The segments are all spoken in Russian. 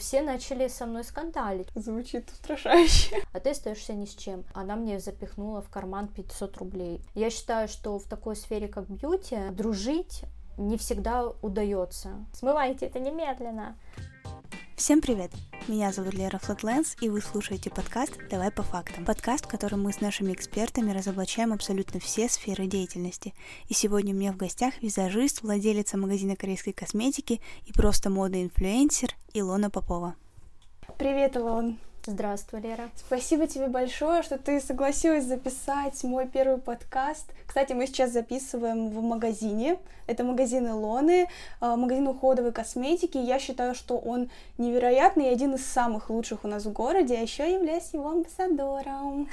все начали со мной скандалить. Звучит устрашающе. А ты остаешься ни с чем. Она мне запихнула в карман 500 рублей. Я считаю, что в такой сфере, как бьюти, дружить не всегда удается. Смывайте это немедленно. Всем привет! Меня зовут Лера Флатленс, и вы слушаете подкаст «Давай по фактам». Подкаст, в котором мы с нашими экспертами разоблачаем абсолютно все сферы деятельности. И сегодня у меня в гостях визажист, владелица магазина корейской косметики и просто модный инфлюенсер Илона Попова. Привет, Илон! Здравствуй, Лера. Спасибо тебе большое, что ты согласилась записать мой первый подкаст. Кстати, мы сейчас записываем в магазине. Это магазин Илоны, магазин уходовой косметики. Я считаю, что он невероятный и один из самых лучших у нас в городе. А еще являюсь его амбассадором.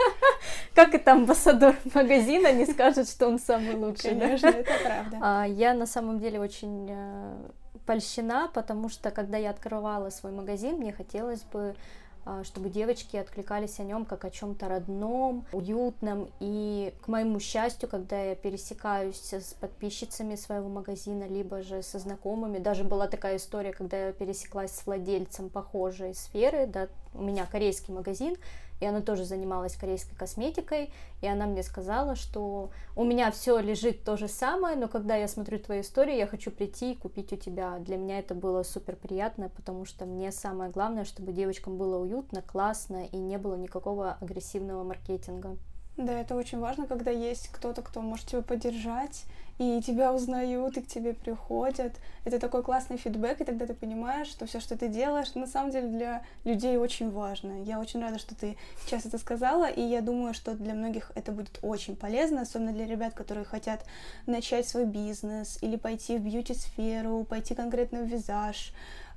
Как это амбассадор магазина не скажет, что он самый лучший? Конечно, это правда. Я на самом деле очень польщена, потому что, когда я открывала свой магазин, мне хотелось бы, чтобы девочки откликались о нем как о чем-то родном, уютном. И, к моему счастью, когда я пересекаюсь с подписчицами своего магазина, либо же со знакомыми, даже была такая история, когда я пересеклась с владельцем похожей сферы, да, у меня корейский магазин, и она тоже занималась корейской косметикой, и она мне сказала, что у меня все лежит то же самое, но когда я смотрю твои истории, я хочу прийти и купить у тебя. Для меня это было супер приятно, потому что мне самое главное, чтобы девочкам было уютно, классно и не было никакого агрессивного маркетинга. Да, это очень важно, когда есть кто-то, кто может тебя поддержать, и тебя узнают, и к тебе приходят. Это такой классный фидбэк, и тогда ты понимаешь, что все, что ты делаешь, на самом деле для людей очень важно. Я очень рада, что ты сейчас это сказала, и я думаю, что для многих это будет очень полезно, особенно для ребят, которые хотят начать свой бизнес или пойти в бьюти-сферу, пойти конкретно в визаж.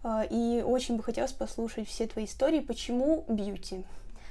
И очень бы хотелось послушать все твои истории, почему бьюти.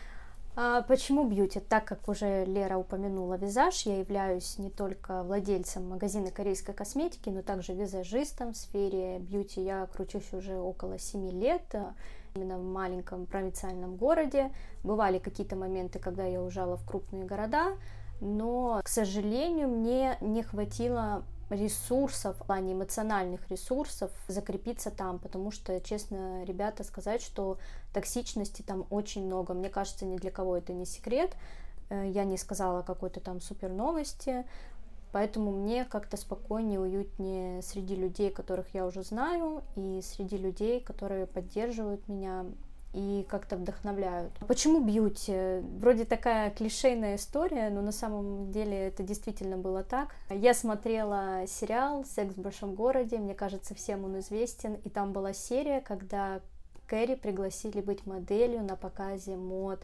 Почему бьюти? Так как уже Лера упомянула визаж, я являюсь не только владельцем магазина корейской косметики, но также визажистом в сфере бьюти. Я кручусь уже около 7 лет, именно в маленьком провинциальном городе. Бывали какие-то моменты, когда я уезжала в крупные города, но, к сожалению, мне не хватило ресурсов, в плане эмоциональных ресурсов закрепиться там, потому что, честно, ребята, сказать, что токсичности там очень много. Мне кажется, ни для кого это не секрет. Я не сказала какой-то там супер новости, поэтому мне как-то спокойнее, уютнее среди людей, которых я уже знаю, и среди людей, которые поддерживают меня и как-то вдохновляют. Почему бьюти? Вроде такая клишейная история, но на самом деле это действительно было так. Я смотрела сериал «Секс в большом городе», мне кажется, всем он известен, и там была серия, когда Кэрри пригласили быть моделью на показе мод.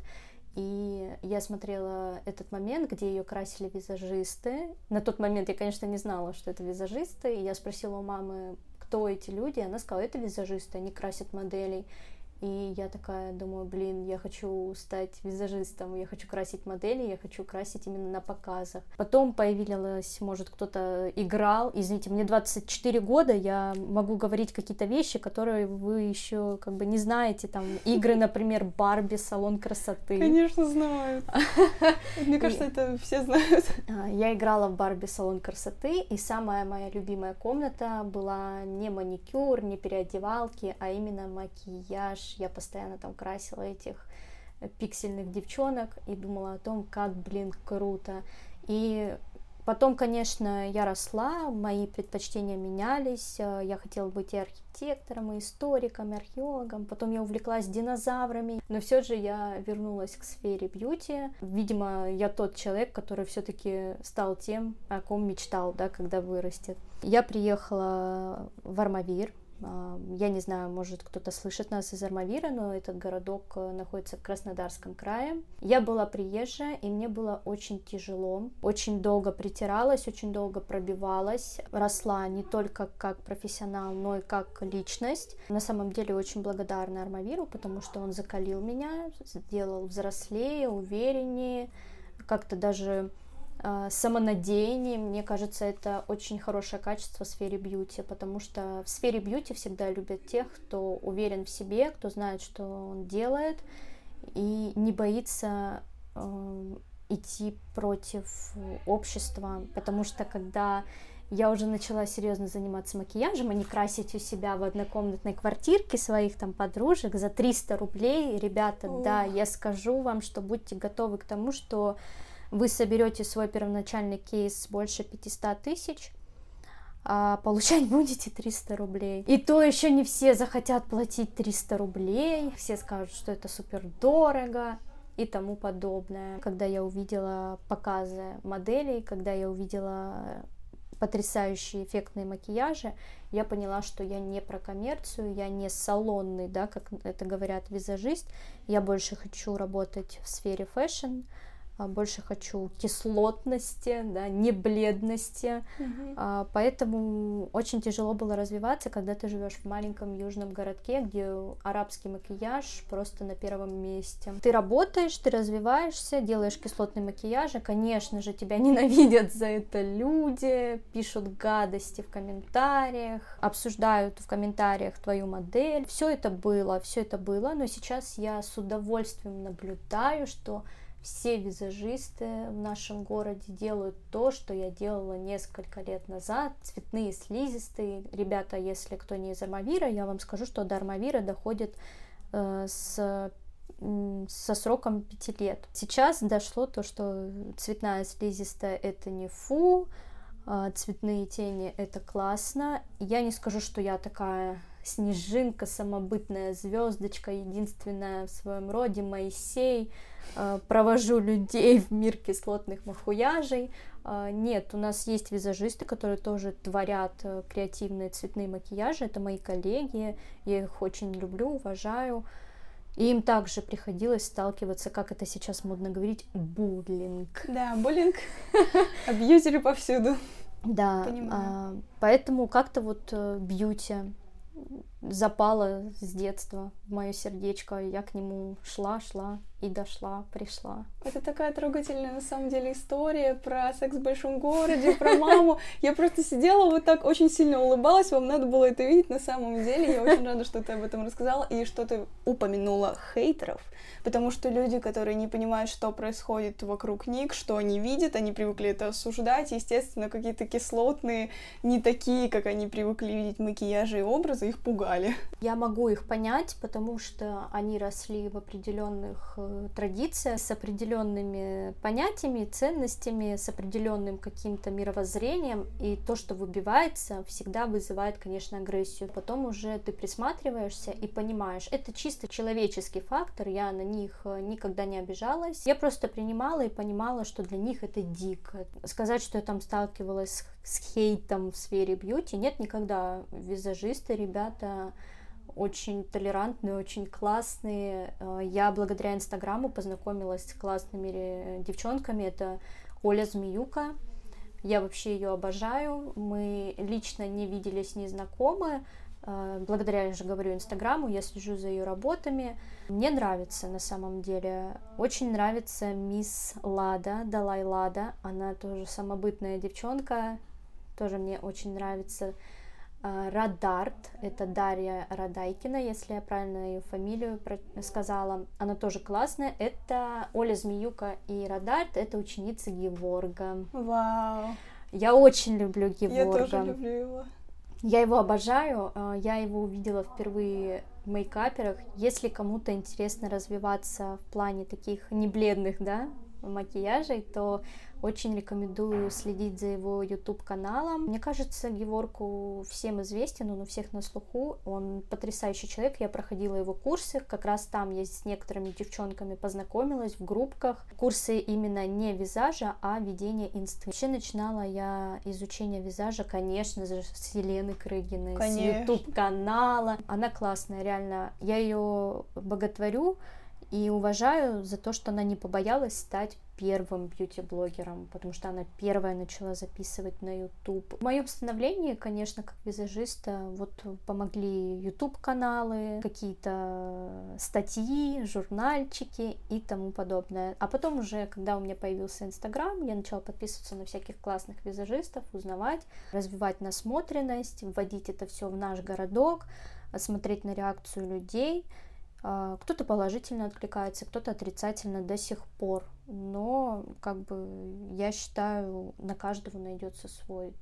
И я смотрела этот момент, где ее красили визажисты. На тот момент я, конечно, не знала, что это визажисты, и я спросила у мамы, кто эти люди, она сказала, это визажисты, они красят моделей. И я такая думаю, я хочу стать визажистом, я хочу красить модели, я хочу красить именно на показах. Потом появилась, может, кто-то играл. Извините, мне 24 года, я могу говорить какие-то вещи, которые вы еще как бы не знаете. Там игры, например, Барби, салон красоты. Конечно, знают. Мне кажется, это все знают. Я играла в Барби, салон красоты, и самая моя любимая комната была не маникюр, не переодевалки, а именно макияж. Я постоянно там красила этих пиксельных девчонок и думала о том, как, круто. И потом, конечно, я росла, мои предпочтения менялись. Я хотела быть и архитектором, и историком, и археологом. Потом я увлеклась динозаврами. Но все же я вернулась к сфере бьюти. Видимо, я тот человек, который все-таки стал тем, о ком мечтал, да, когда вырастет. Я приехала в Армавир. Я не знаю, может, кто-то слышит нас из Армавира, но этот городок находится в Краснодарском крае. Я была приезжая, и мне было очень тяжело. Очень долго притиралась, очень долго пробивалась. Росла не только как профессионал, но и как личность. На самом деле очень благодарна Армавиру, потому что он закалил меня, сделал взрослее, увереннее, как-то даже самонадеяние. Мне кажется, это очень хорошее качество в сфере бьюти, потому что в сфере бьюти всегда любят тех, кто уверен в себе, кто знает, что он делает, и не боится идти против общества, потому что когда я уже начала серьезно заниматься макияжем, а не красить у себя в однокомнатной квартирке своих там подружек за 300 рублей. Ребята, да, я скажу вам, что будьте готовы к тому, что вы соберете свой первоначальный кейс больше 500 тысяч, а получать будете 300 рублей. И то еще не все захотят платить 300 рублей, все скажут, что это супер дорого и тому подобное. Когда я увидела показы моделей, когда я увидела потрясающие эффектные макияжи, я поняла, что я не про коммерцию, я не салонный, да, как это говорят, визажист. Я больше хочу работать в сфере фэшн, больше хочу кислотности, да, не бледности, поэтому очень тяжело было развиваться, когда ты живешь в маленьком южном городке, где арабский макияж просто на первом месте. Ты работаешь, ты развиваешься, делаешь кислотный макияж, и, конечно же, тебя ненавидят за это люди, пишут гадости в комментариях, обсуждают в комментариях твою модель. Все это было, но сейчас я с удовольствием наблюдаю, что все визажисты в нашем городе делают то, что я делала несколько лет назад. Цветные, слизистые. Ребята, если кто не из Армавира, я вам скажу, что до Армавира доходит со сроком 5 лет. Сейчас дошло то, что цветная, слизистая — это не фу, цветные тени — это классно. Я не скажу, что я такая снежинка, самобытная звездочка, единственная в своем роде, Моисей, провожу людей в мир кислотных макияжей. Нет, у нас есть визажисты, которые тоже творят креативные цветные макияжи. Это мои коллеги, я их очень люблю, уважаю. И им также приходилось сталкиваться, как это сейчас модно говорить, буллинг. Да, буллинг. Абьюзеры повсюду. Да, поэтому как-то вот бьюти запало с детства в мое сердечко, я к нему шла и дошла, пришла. Это такая трогательная, на самом деле, история про секс в большом городе, про маму. Я просто сидела вот так, очень сильно улыбалась, вам надо было это видеть на самом деле. Я очень рада, что ты об этом рассказала и что ты упомянула хейтеров, потому что люди, которые не понимают, что происходит вокруг них, что они видят, они привыкли это осуждать, естественно, какие-то кислотные, не такие, как они привыкли видеть макияжи и образы, их пугали. Я могу их понять, потому что они росли в определенных традициях, с определенными понятиями, ценностями, с определенным каким-то мировоззрением, и то, что выбивается, всегда вызывает, конечно, агрессию. Потом уже ты присматриваешься и понимаешь, это чисто человеческий фактор, я на них никогда не обижалась, я просто принимала и понимала, что для них это дико. Сказать, что я там сталкивалась с хейтом в сфере бьюти, нет, никогда. Визажисты, ребята очень толерантные, очень классные. Я благодаря Инстаграму познакомилась с классными девчонками. Это Оля Змеюка. Я вообще ее обожаю. Мы лично не виделись, не знакомы. Благодаря, я же говорю, Инстаграму, я слежу за ее работами. Мне нравится на самом деле. Очень нравится мисс Лада, Далай Лада. Она тоже самобытная девчонка. Тоже мне очень нравится. Радарт, это Дарья Радайкина, если я правильно ее фамилию сказала, она тоже классная. Это Оля Змеюка и Радарт, это ученицы Геворга. Вау! Я очень люблю Геворга. Я тоже люблю его. Я его обожаю, я его увидела впервые в мейкаперах. Если кому-то интересно развиваться в плане таких небледных, да, макияжей, то очень рекомендую следить за его YouTube-каналом. Мне кажется, Геворку всем известен, он у всех на слуху, он потрясающий человек, я проходила его курсы, как раз там я с некоторыми девчонками познакомилась в группках. Курсы именно не визажа, а ведения инсты. Вообще начинала я изучение визажа, конечно же, с Елены Крыгиной, с YouTube-канала. Она классная, реально, я ее боготворю и уважаю за то, что она не побоялась стать первым бьюти-блогером, потому что она первая начала записывать на YouTube. В моем становлении, конечно, как визажиста, вот помогли YouTube-каналы, какие-то статьи, журнальчики и тому подобное. А потом уже, когда у меня появился Инстаграм, я начала подписываться на всяких классных визажистов, узнавать, развивать насмотренность, вводить это все в наш городок, смотреть на реакцию людей. Кто-то положительно откликается, кто-то отрицательно до сих пор. Но, как бы, я считаю, на каждого найдется свой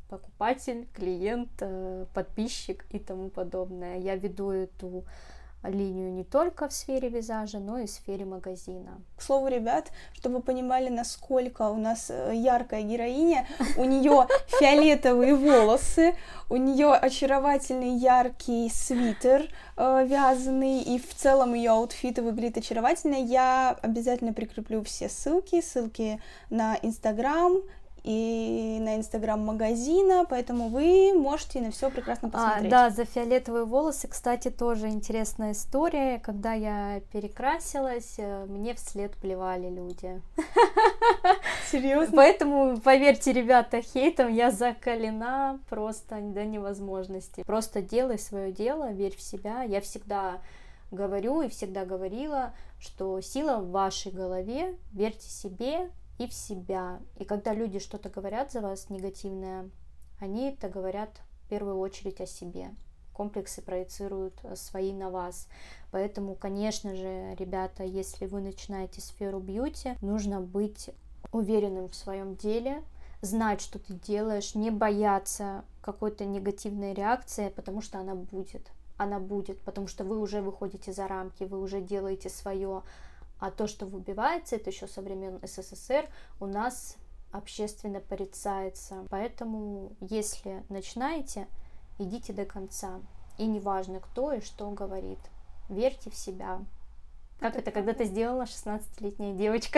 покупатель, клиент, подписчик и тому подобное. Я веду эту линию не только в сфере визажа, но и в сфере магазина. К слову, ребят, чтобы вы понимали, насколько у нас яркая героиня, у нее фиолетовые волосы, у нее очаровательный яркий свитер вязаный, и в целом ее аутфит выглядит очаровательно. Я обязательно прикреплю все ссылки на Инстаграм и на Инстаграм магазина, поэтому вы можете на все прекрасно посмотреть. Да, за фиолетовые волосы, кстати, тоже интересная история. Когда я перекрасилась, мне вслед плевали люди. Серьезно? Поэтому, поверьте, ребята, хейтом я закалена просто до невозможности. Просто делай свое дело, верь в себя. Я всегда говорю и всегда говорила, что сила в вашей голове, верьте себе и в себя. И когда люди что-то говорят за вас негативное, они это говорят в первую очередь о себе. Комплексы проецируют свои на вас. Поэтому, конечно же, ребята, если вы начинаете сферу бьюти, нужно быть уверенным в своем деле, знать, что ты делаешь, не бояться какой-то негативной реакции, потому что она будет. Она будет, потому что вы уже выходите за рамки, вы уже делаете свое. А то, что выбивается, это еще со времен СССР, у нас общественно порицается. Поэтому, если начинаете, идите до конца. И неважно, кто и что говорит. Верьте в себя. Как это когда-то сделала 16-летняя девочка.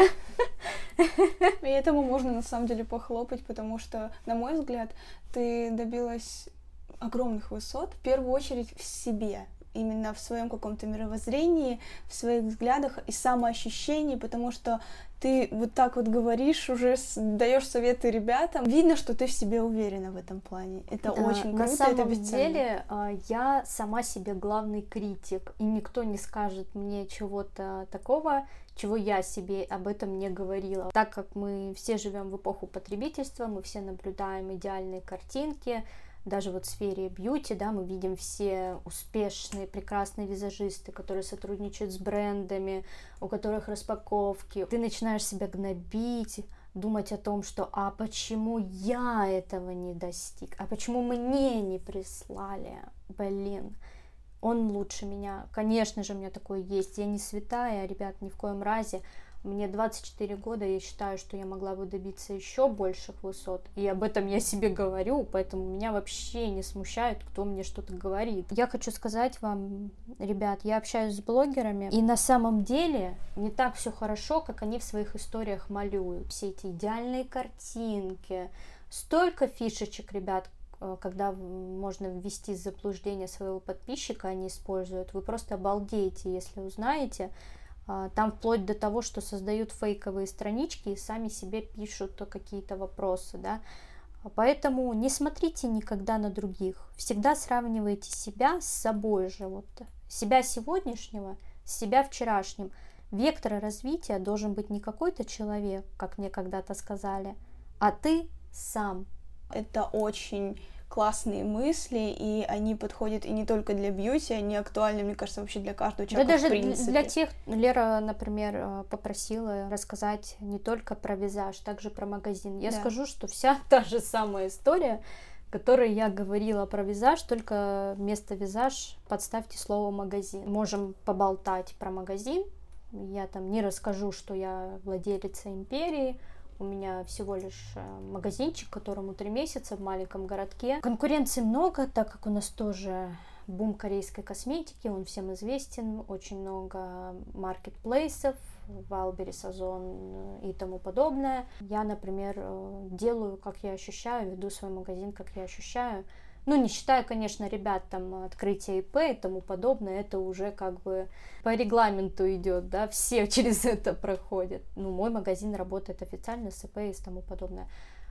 И этому можно на самом деле похлопать, потому что, на мой взгляд, ты добилась огромных высот, в первую очередь в себе. Именно в своем каком-то мировоззрении, в своих взглядах и самоощущении, потому что ты вот так вот говоришь, уже даешь советы ребятам. Видно, что ты в себе уверена в этом плане. Это очень круто, на самом это бесценно. деле я сама себе главный критик, и никто не скажет мне чего-то такого, чего я себе об этом не говорила. Так как мы все живем в эпоху потребительства, мы все наблюдаем идеальные картинки. Даже вот в сфере бьюти, да, мы видим все успешные, прекрасные визажисты, которые сотрудничают с брендами, у которых распаковки. Ты начинаешь себя гнобить, думать о том, что «а почему я этого не достиг? А почему мне не прислали? Блин, он лучше меня». Конечно же, у меня такое есть. Я не святая, ребят, ни в коем разе. Мне 24 года, я считаю, что я могла бы добиться еще больших высот, и об этом я себе говорю, поэтому меня вообще не смущает, кто мне что-то говорит. Я хочу сказать вам, ребят, я общаюсь с блогерами, и на самом деле не так все хорошо, как они в своих историях малюют. Все эти идеальные картинки, столько фишечек, ребят, когда можно ввести в заблуждение своего подписчика, они используют, вы просто обалдеете, если узнаете. Там вплоть до того, что создают фейковые странички и сами себе пишут какие-то вопросы, да. Поэтому не смотрите никогда на других. Всегда сравнивайте себя с собой же. Вот. Себя сегодняшнего с себя вчерашним. Вектор развития должен быть не какой-то человек, как мне когда-то сказали, а ты сам. Это очень классные мысли, и они подходят и не только для бьюти, они актуальны, мне кажется, вообще для каждого человека, да, даже в принципе. для тех, Лера, например, попросила рассказать не только про визаж, также про магазин. Я скажу, что вся та же самая история, которой я говорила про визаж, только вместо визаж подставьте слово магазин. Можем поболтать про магазин. Я там не расскажу, что я владелица империи. У меня всего лишь магазинчик, которому 3 месяца в маленьком городке. Конкуренции много, так как у нас тоже бум корейской косметики, он всем известен. Очень много маркетплейсов, Вайлдберрис, Озон и тому подобное. Я, например, делаю, как я ощущаю, веду свой магазин, как я ощущаю. Ну, не считая, конечно, ребят, там, открытие ИП и тому подобное, это уже как бы по регламенту идет, да, все через это проходят. Ну, мой магазин работает официально с ИП и тому подобное.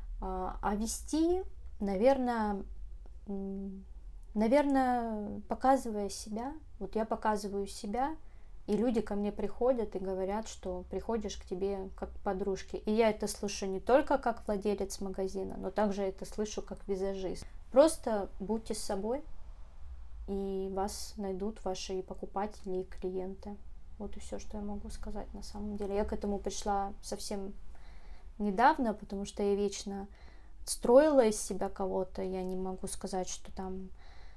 А вести, наверное, показывая себя, вот я показываю себя, и люди ко мне приходят и говорят, что приходишь к тебе как к подружке. И я это слышу не только как владелец магазина, но также это слышу как визажист. Просто будьте с собой, и вас найдут ваши покупатели и клиенты. Вот и все, что я могу сказать на самом деле. Я к этому пришла совсем недавно, потому что я вечно строила из себя кого-то, я не могу сказать, что там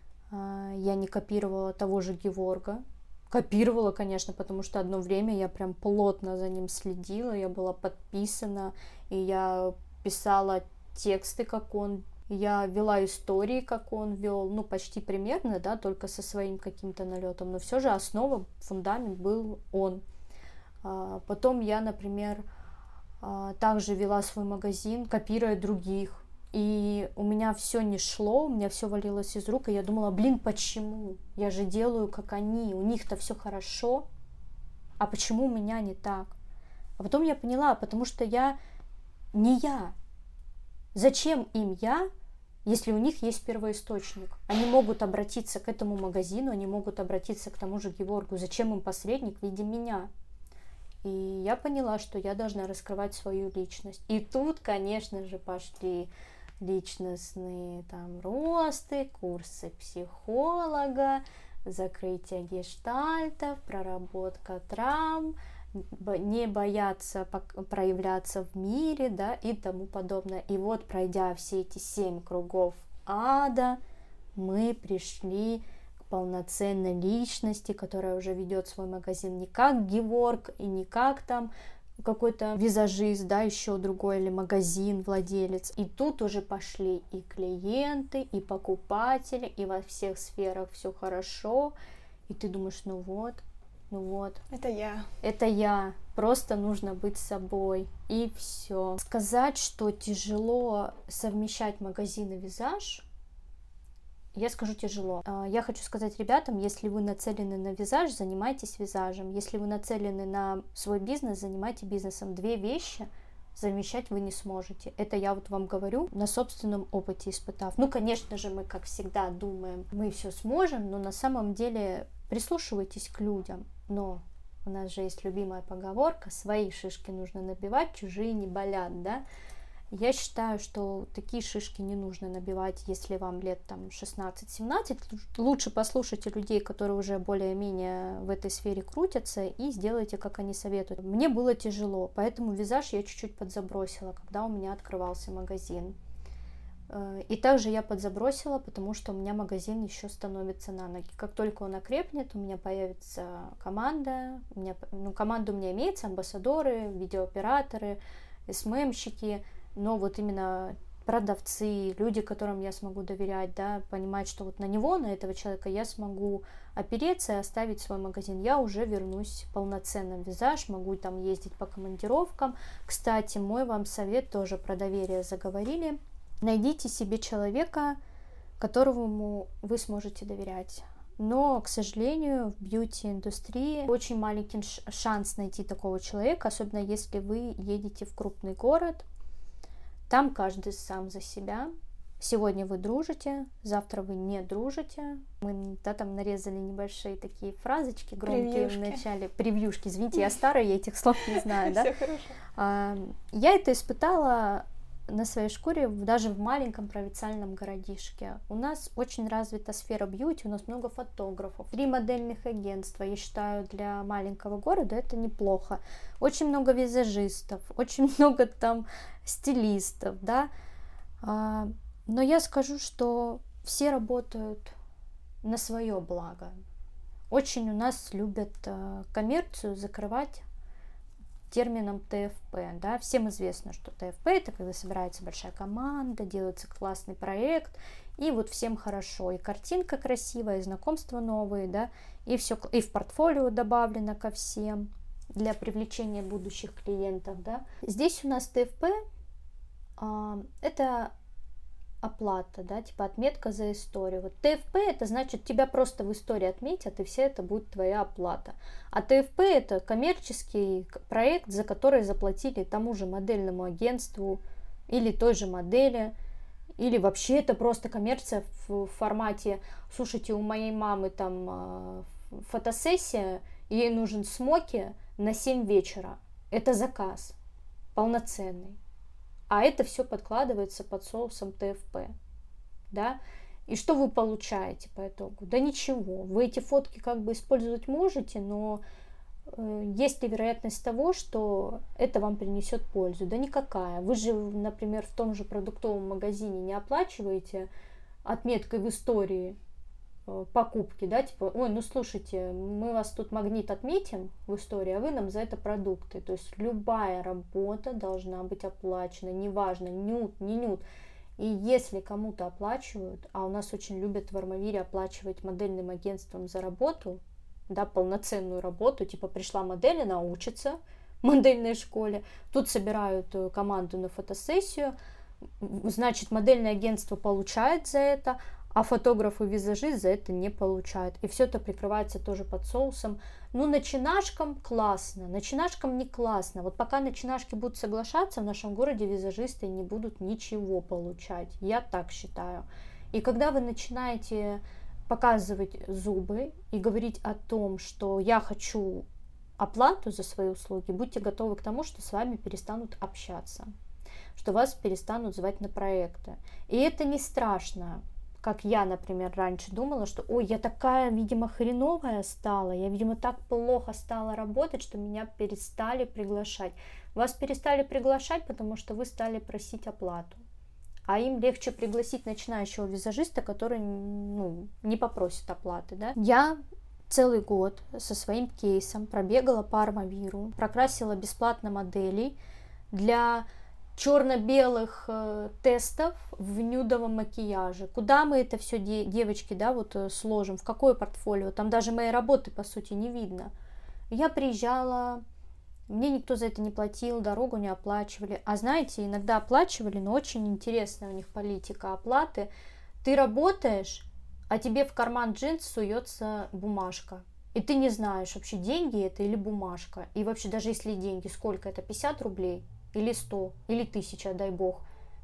я не копировала того же Геворга. Копировала, конечно, потому что одно время я прям плотно за ним следила, я была подписана, и я писала тексты, как он, я вела истории, как он вел, ну, почти примерно, да, только со своим каким-то налетом, но все же основа, фундамент был он. Потом я, например, также вела свой магазин, копируя других, и у меня все не шло, у меня все валилось из рук, и я думала, блин, почему? Я же делаю, как они, у них-то все хорошо, а почему у меня не так? А потом я поняла, потому что я не я. Зачем им я, если у них есть первоисточник? Они могут обратиться к этому магазину, они могут обратиться к тому же Геворгу. Зачем им посредник в виде меня? И я поняла, что я должна раскрывать свою личность. И тут, конечно же, пошли личностные там росты, курсы психолога, закрытие гештальтов, проработка травм, не бояться проявляться в мире, да, и тому подобное. И вот, пройдя все эти 7 кругов ада, мы пришли к полноценной личности, которая уже ведет свой магазин не как Геворг и не как там какой-то визажист, да, еще другой, или магазин, владелец. И тут уже пошли и клиенты, и покупатели, и во всех сферах все хорошо. И ты думаешь, ну вот. Это я. Это я. Просто нужно быть собой. И все. Сказать, что тяжело совмещать магазин и визаж, я скажу тяжело. Я хочу сказать ребятам, если вы нацелены на визаж, занимайтесь визажем. Если вы нацелены на свой бизнес, занимайтесь бизнесом. 2 вещи совмещать вы не сможете. Это я вот вам говорю, на собственном опыте испытав. Ну, конечно же, мы, как всегда, думаем, мы все сможем, но на самом деле прислушивайтесь к людям. Но у нас же есть любимая поговорка: свои шишки нужно набивать, чужие не болят, да? Я считаю, что такие шишки не нужно набивать, если вам лет там 16-17. Лучше послушайте людей, которые уже более-менее в этой сфере крутятся, и сделайте, как они советуют. Мне было тяжело, поэтому визаж я чуть-чуть подзабросила, когда у меня открывался магазин. И также я подзабросила, потому что у меня магазин еще становится на ноги. Как только он окрепнет, у меня появится команда. Команда у меня имеется, амбассадоры, видеооператоры, СММщики. Но вот именно продавцы, люди, которым я смогу доверять, да, понимать, что вот на него, на этого человека я смогу опереться и оставить свой магазин. Я уже вернусь полноценно в визаж, могу там ездить по командировкам. Кстати, мой вам совет тоже про доверие заговорили. Найдите себе человека, которому вы сможете доверять. Но, к сожалению, в бьюти-индустрии очень маленький шанс найти такого человека, особенно если вы едете в крупный город. Там каждый сам за себя. Сегодня вы дружите, завтра вы не дружите. Мы там нарезали небольшие такие фразочки громкие в начале. Превьюшки. Извините, я старая, я этих слов не знаю, да? Все хорошо. Я это испытала на своей шкуре даже в маленьком провинциальном городишке. У нас очень развита сфера бьюти, у нас много фотографов, 3 модельных агентства. Я считаю, для маленького города это неплохо. Очень много визажистов, очень много там стилистов, да. Но я скажу, что все работают на свое благо. Очень у нас любят коммерцию закрывать термином ТФП, да, всем известно, что ТФП это когда собирается большая команда, делается классный проект, и вот всем хорошо, и картинка красивая, и знакомства новые, да, и все, и в портфолио добавлено ко всем для привлечения будущих клиентов, да. Здесь у нас ТФП это оплата, да, типа отметка за историю. Вот ТФП это значит, тебя просто в истории отметят, и все это будет твоя оплата. А ТФП это коммерческий проект, за который заплатили тому же модельному агентству или той же модели, или вообще это просто коммерция в формате: слушайте, у моей мамы там фотосессия, ей нужен смоки на 7 вечера. Это заказ полноценный. А это все подкладывается под соусом ТФП, да, и что вы получаете по итогу? Да ничего, вы эти фотки как бы использовать можете, но есть ли вероятность того, что это вам принесет пользу? Да никакая. Вы же, например, в том же продуктовом магазине не оплачиваете отметкой в истории покупки, да, типа, ой, ну слушайте, мы вас тут магнит отметим в истории, а вы нам за это продукты. То есть любая работа должна быть оплачена, неважно, нют, не нют. И если кому-то оплачивают, а у нас очень любят в Армавире оплачивать модельным агентством за работу, да, полноценную работу, типа пришла модель, она учится в модельной школе, тут собирают команду на фотосессию, значит, модельное агентство получает за это, а фотограф и визажист за это не получают. И все это прикрывается тоже под соусом. Ну, начинашкам классно, начинашкам не классно. Вот пока начинашки будут соглашаться, в нашем городе визажисты не будут ничего получать. Я так считаю. И когда вы начинаете показывать зубы и говорить о том, что я хочу оплату за свои услуги, будьте готовы к тому, что с вами перестанут общаться, что вас перестанут звать на проекты. И это не страшно. Как я, например, раньше думала, что ой, я такая, видимо, хреновая стала, я, видимо, так плохо стала работать, что меня перестали приглашать. Вас перестали приглашать, потому что вы стали просить оплату. А им легче пригласить начинающего визажиста, который, ну, не попросит оплаты, да. Я целый год со своим кейсом пробегала по Армавиру, прокрасила бесплатно моделей для черно-белых тестов в нюдовом макияже. Куда мы это все, девочки, да, вот сложим, в какое портфолио? Там даже моей работы, по сути, не видно. Я приезжала, мне никто за это не платил, дорогу не оплачивали. А знаете, иногда оплачивали, но очень интересная у них политика оплаты. Ты работаешь, а тебе в карман джинс суется бумажка. И ты не знаешь, вообще деньги это или бумажка. И вообще, даже если деньги, сколько это? 50 рублей? Или 100, или 1000, дай бог.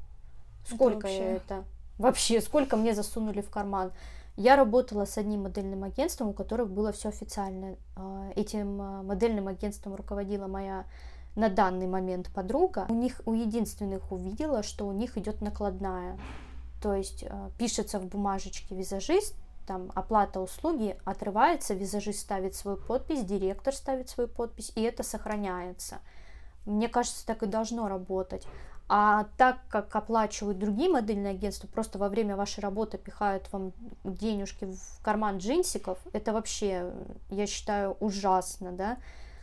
Сколько это? Вообще, сколько мне засунули в карман? Я работала с одним модельным агентством, у которых было все официально. Этим модельным агентством руководила моя на данный момент подруга. У единственных увидела, что у них идет накладная. То есть пишется в бумажечке визажист, там оплата услуги, отрывается, визажист ставит свою подпись, директор ставит свою подпись, и это сохраняется. Мне кажется, так и должно работать. А так как оплачивают другие модельные агентства, просто во время вашей работы пихают вам денежки в карман джинсиков, это вообще, я считаю, ужасно, да.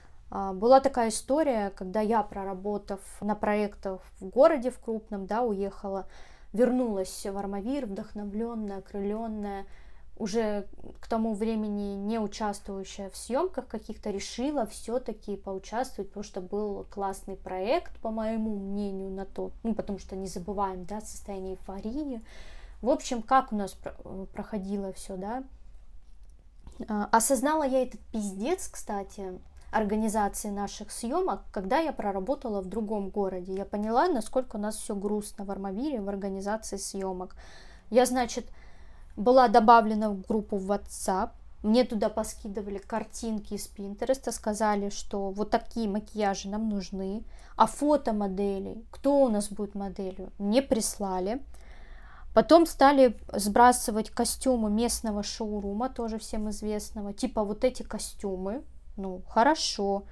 Была такая история, когда я, проработав на проектах в городе в крупном, да, уехала, вернулась в Армавир, вдохновленная, окрыленная, уже к тому времени не участвующая в съемках каких-то, решила все-таки поучаствовать, потому что был классный проект, по моему мнению, на тот, ну, потому что не забываем, да, состояние эйфории. В общем, как у нас проходило все, да. Осознала я этот пиздец, кстати, организации наших съемок, когда я проработала в другом городе. Я поняла, насколько у нас все грустно в Армавире, в организации съемок. Я, значит, была добавлена в группу в WhatsApp, мне туда поскидывали картинки из Pinterest, сказали, что вот такие макияжи нам нужны, а фото моделей, кто у нас будет моделью, мне прислали. Потом стали сбрасывать костюмы местного шоурума, тоже всем известного, типа вот эти костюмы, ну, хорошо,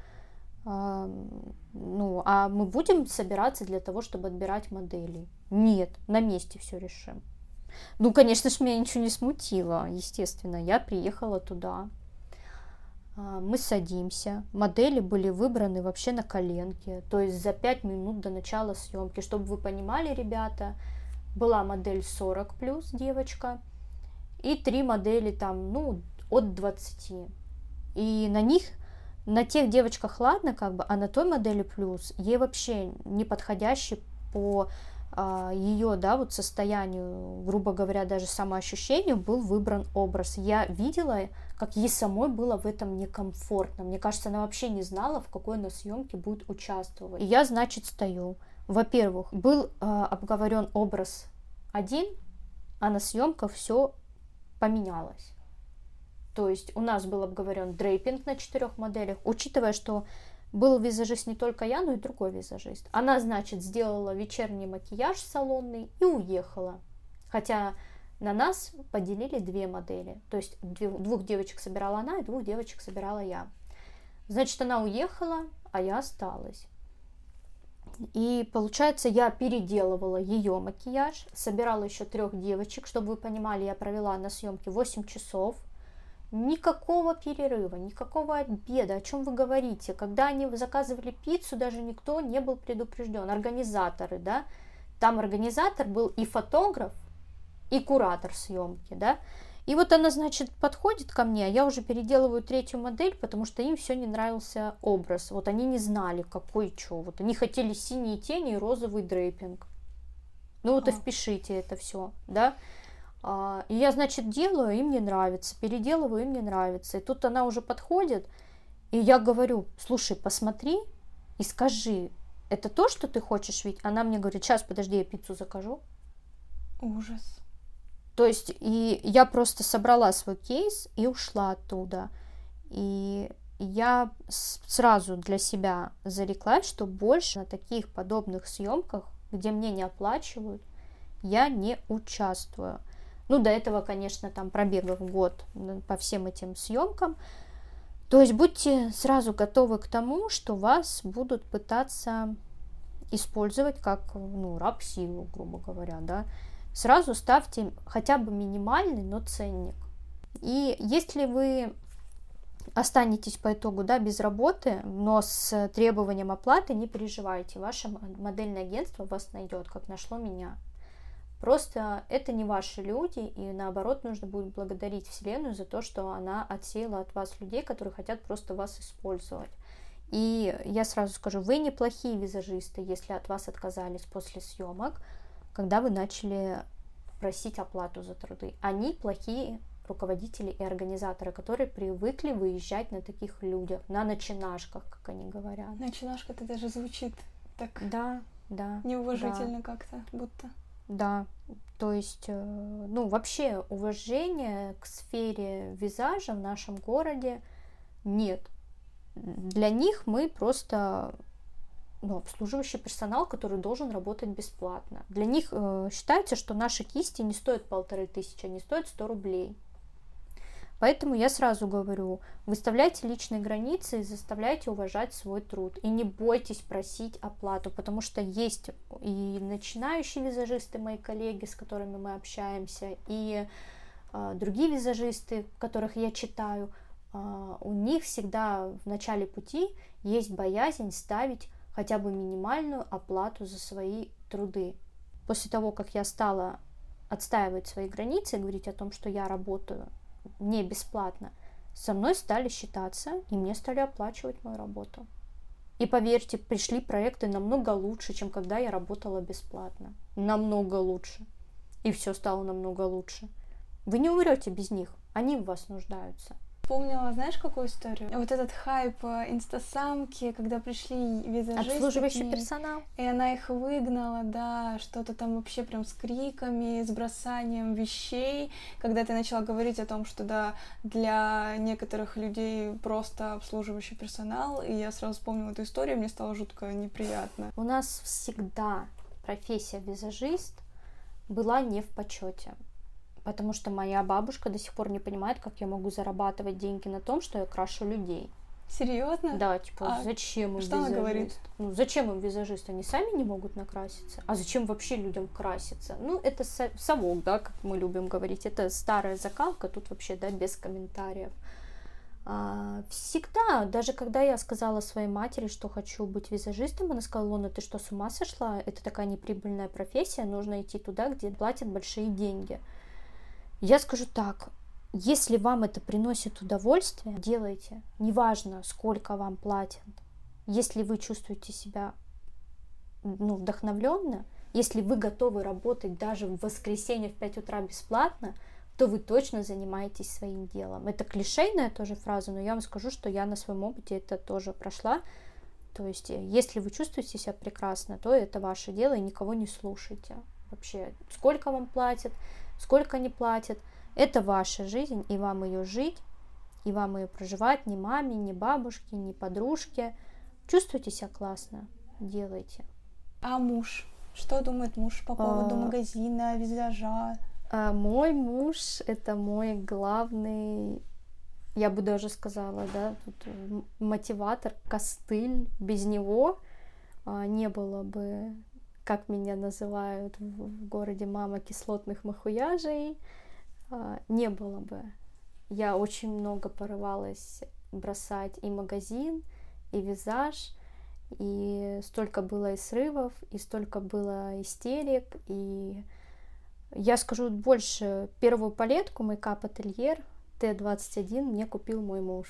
ну, а мы будем собираться для того, чтобы отбирать моделей? Нет, на месте все решим. Ну, конечно же, меня ничего не смутило, естественно. Я приехала туда, мы садимся, модели были выбраны вообще на коленке, то есть за 5 минут до начала съемки. Чтобы вы понимали, ребята, была модель 40+, девочка, и 3 модели там, ну, от 20. И на них, на тех девочках ладно, как бы, а на той модели плюс, ей вообще не подходящий по ее, да, вот состоянию, грубо говоря, даже самоощущению был выбран образ. Я видела, как ей самой было в этом некомфортно. Мне кажется, она вообще не знала, в какой она съемке будет участвовать. И я, значит, стою. Во-первых, был обговорен образ один, а на съемках все поменялось. То есть у нас был обговорен дрейпинг на 4 моделях, учитывая, что был визажист не только я, но и другой визажист. Она, значит, сделала вечерний макияж салонный и уехала. Хотя на нас поделили 2 модели. То есть 2 девочек собирала она и 2 девочек собирала я. Значит, она уехала, а я осталась. И получается, я переделывала ее макияж, собирала еще 3 девочек, чтобы вы понимали, я провела на съемке 8 часов. Никакого перерыва, никакого обеда. О чем вы говорите? Когда они заказывали пиццу, даже никто не был предупрежден. Организаторы, да? Там организатор был и фотограф, и куратор съемки, да? И вот она, значит, подходит ко мне, а я уже переделываю 3-ю модель, потому что им все не нравился образ. Вот они не знали, какой что. Вот они хотели синие тени и розовый дрейпинг. Ну вот и впишите это все, да? И я, значит, делаю, им не нравится, переделываю, им не нравится. И тут она уже подходит, и я говорю: слушай, посмотри и скажи, это то, что ты хочешь видеть? Она мне говорит: сейчас, подожди, я пиццу закажу. Ужас. То есть, и я просто собрала свой кейс и ушла оттуда. И я сразу для себя зареклась, что больше на таких подобных съемках, где мне не оплачивают, я не участвую. Ну, до этого, конечно, там пробегав год по всем этим съемкам. То есть будьте сразу готовы к тому, что вас будут пытаться использовать как, ну, раб-силу, грубо говоря, да. Сразу ставьте хотя бы минимальный, но ценник. И если вы останетесь по итогу, да, без работы, но с требованием оплаты, не переживайте, ваше модельное агентство вас найдет, как нашло меня. Просто это не ваши люди, и наоборот нужно будет благодарить Вселенную за то, что она отсеяла от вас людей, которые хотят просто вас использовать. И я сразу скажу, вы неплохие визажисты, если от вас отказались после съемок, когда вы начали просить оплату за труды. Они плохие руководители и организаторы, которые привыкли выезжать на таких людях, на начинашках, как они говорят. Начинашка, это даже звучит так да, неуважительно как-то, будто. Да, то есть, ну, вообще уважения к сфере визажа в нашем городе нет. Для них мы просто, ну, обслуживающий персонал, который должен работать бесплатно. Для них считается, что наши кисти не стоят 1500, они стоят 100 рублей. Поэтому я сразу говорю, выставляйте личные границы и заставляйте уважать свой труд. И не бойтесь просить оплату, потому что есть и начинающие визажисты, мои коллеги, с которыми мы общаемся, и другие визажисты, которых я читаю, у них всегда в начале пути есть боязнь ставить хотя бы минимальную оплату за свои труды. После того, как я стала отстаивать свои границы, говорить о том, что я работаю не бесплатно, со мной стали считаться, и мне стали оплачивать мою работу. И поверьте, пришли проекты намного лучше, чем когда я работала бесплатно. Намного лучше. И все стало намного лучше. Вы не умрете без них, они в вас нуждаются. Помнила, знаешь, какую историю? Вот этот хайп инстасамки, когда пришли визажисты. Обслуживающий персонал. И она их выгнала, да, что-то там вообще прям с криками, с бросанием вещей. Когда ты начала говорить о том, что, да, для некоторых людей просто обслуживающий персонал, и я сразу вспомнила эту историю, мне стало жутко неприятно. У нас всегда профессия визажист была не в почете. Потому что моя бабушка до сих пор не понимает, как я могу зарабатывать деньги на том, что я крашу людей. Серьезно? Да, типа, зачем им что визажист? Она говорит? Ну, зачем им визажист? Они сами не могут накраситься. А зачем вообще людям краситься? Ну, это совок, да, как мы любим говорить. Это старая закалка, тут вообще, да, без комментариев. Всегда, даже когда я сказала своей матери, что хочу быть визажистом, она сказала: Лона, ты что, с ума сошла? Это такая неприбыльная профессия, нужно идти туда, где платят большие деньги. Я скажу так, если вам это приносит удовольствие, делайте. Неважно, сколько вам платят. Если вы чувствуете себя, ну, вдохновленно, если вы готовы работать даже в воскресенье в 5 утра бесплатно, то вы точно занимаетесь своим делом. Это клишейная тоже фраза, но я вам скажу, что я на своем опыте это тоже прошла. То есть, если вы чувствуете себя прекрасно, то это ваше дело, и никого не слушайте. Вообще, сколько вам платят, сколько не платят, это ваша жизнь, и вам ее жить, и вам ее проживать, ни маме, ни бабушке, ни подружке. Чувствуйте себя классно, делайте. А муж? Что думает муж по поводу магазина, визажа? Мой муж — это мой главный я бы даже сказала, да, тут мотиватор, костыль. Без него не было бы, как меня называют в городе, мама кислотных махуяжей, не было бы. Я очень много порывалась бросать и магазин, и визаж, и столько было и срывов, и столько было истерик, и я скажу больше, первую палетку Makeup Atelier T21 мне купил мой муж.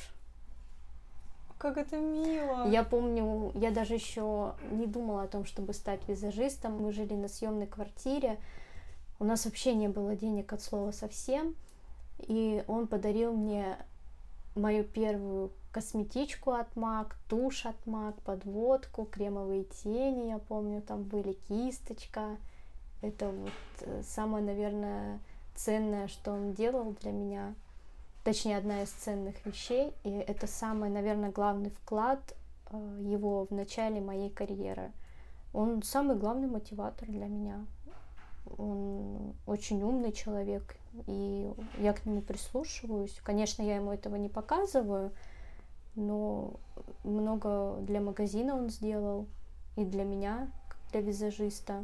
Как это мило! Я помню, я даже еще не думала о том, чтобы стать визажистом. Мы жили на съемной квартире, у нас вообще не было денег от слова совсем, и он подарил мне мою первую косметичку от MAC, тушь от MAC, подводку, кремовые тени, я помню, там были кисточка. Это вот самое, наверное, ценное, что он делал для меня. Точнее, одна из ценных вещей. И это самый, наверное, главный вклад его в начале моей карьеры. Он самый главный мотиватор для меня. Он очень умный человек, и я к нему прислушиваюсь. Конечно, я ему этого не показываю, но много для магазина он сделал, и для меня, как для визажиста.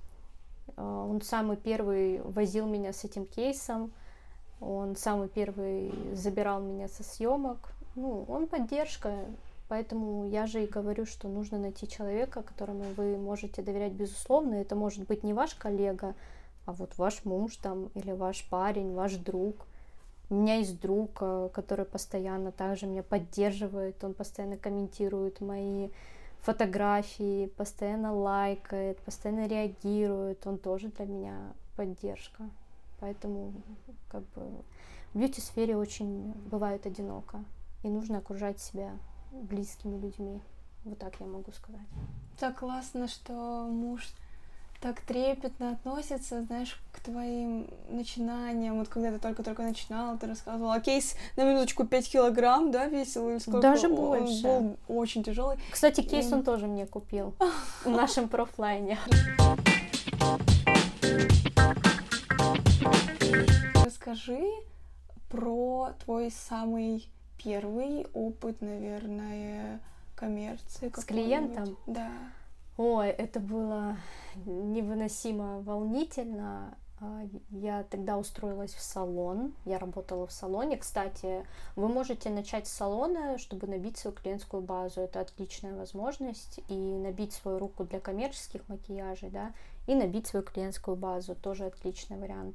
Он самый первый возил меня с этим кейсом, он самый первый забирал меня со съемок. Ну, он поддержка, поэтому я же и говорю, что нужно найти человека, которому вы можете доверять безусловно. Это может быть не ваш коллега, а вот ваш муж там, или ваш парень, ваш друг. У меня есть друг, который постоянно также меня поддерживает, он постоянно комментирует мои фотографии, постоянно лайкает, постоянно реагирует, он тоже для меня поддержка. Поэтому как бы в бьюти-сфере очень бывает одиноко, и нужно окружать себя близкими людьми. Вот так я могу сказать. Так классно, что муж так трепетно относится, знаешь, к твоим начинаниям. Вот когда ты только-только начинала, ты рассказывала, кейс на минуточку 5 килограмм, да, весил? Или сколько? Даже больше. Он был очень тяжелый. Кстати, кейс он тоже мне купил в нашем профлайне. Расскажи про твой самый первый опыт, наверное, коммерции. С клиентом? Да. Ой, это было невыносимо волнительно. Я тогда устроилась в салон, я работала в салоне. Кстати, вы можете начать с салона, чтобы набить свою клиентскую базу. Это отличная возможность. И набить свою руку для коммерческих макияжей, да, и набить свою клиентскую базу. Тоже отличный вариант.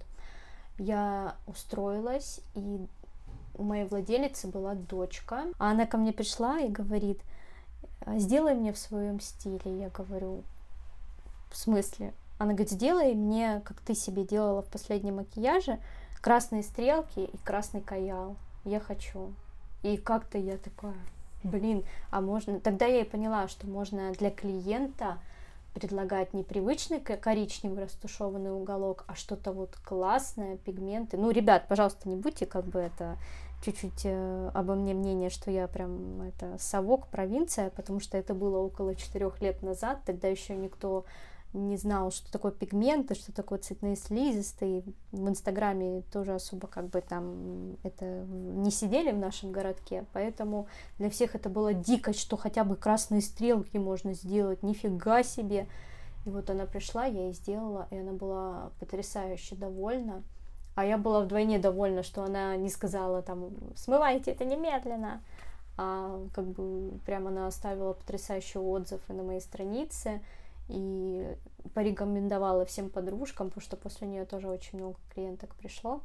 Я устроилась, и у моей владелицы была дочка. А она ко мне пришла и говорит: сделай мне в своем стиле. Я говорю: в смысле? Она говорит: сделай мне, как ты себе делала в последнем макияже, красные стрелки и красный каял. Я хочу. И как-то я такая: блин, а можно... Тогда я и поняла, что можно для клиента предлагать не привычный коричневый растушеванный уголок, а что-то вот классное, пигменты. Ну, ребят, пожалуйста, не будьте как бы это... чуть-чуть обо мне мнение, что я прям это совок, провинция, потому что это было около 4 лет назад, тогда еще никто не знал, что такое пигменты, что такое цветные слизистые. В Инстаграме тоже особо как бы там это не сидели в нашем городке, поэтому для всех это было дикость, что хотя бы красные стрелки можно сделать, нифига себе. И вот она пришла, я ей сделала, и она была потрясающе довольна. А я была вдвойне довольна, что она не сказала там: смывайте это немедленно, а как бы прямо она оставила потрясающий отзыв и на моей странице, и порекомендовала всем подружкам, потому что после нее тоже очень много клиенток пришло.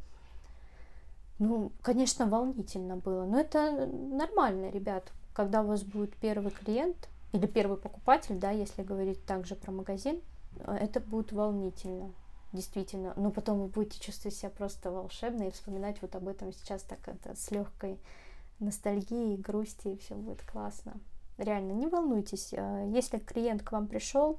Ну, конечно, волнительно было, но это нормально, ребят. Когда у вас будет первый клиент или первый покупатель, да, если говорить также про магазин, это будет волнительно. Действительно, но потом вы будете чувствовать себя просто волшебно и вспоминать вот об этом сейчас так это с легкой ностальгией, грустью, и все будет классно. Реально, не волнуйтесь, если клиент к вам пришел,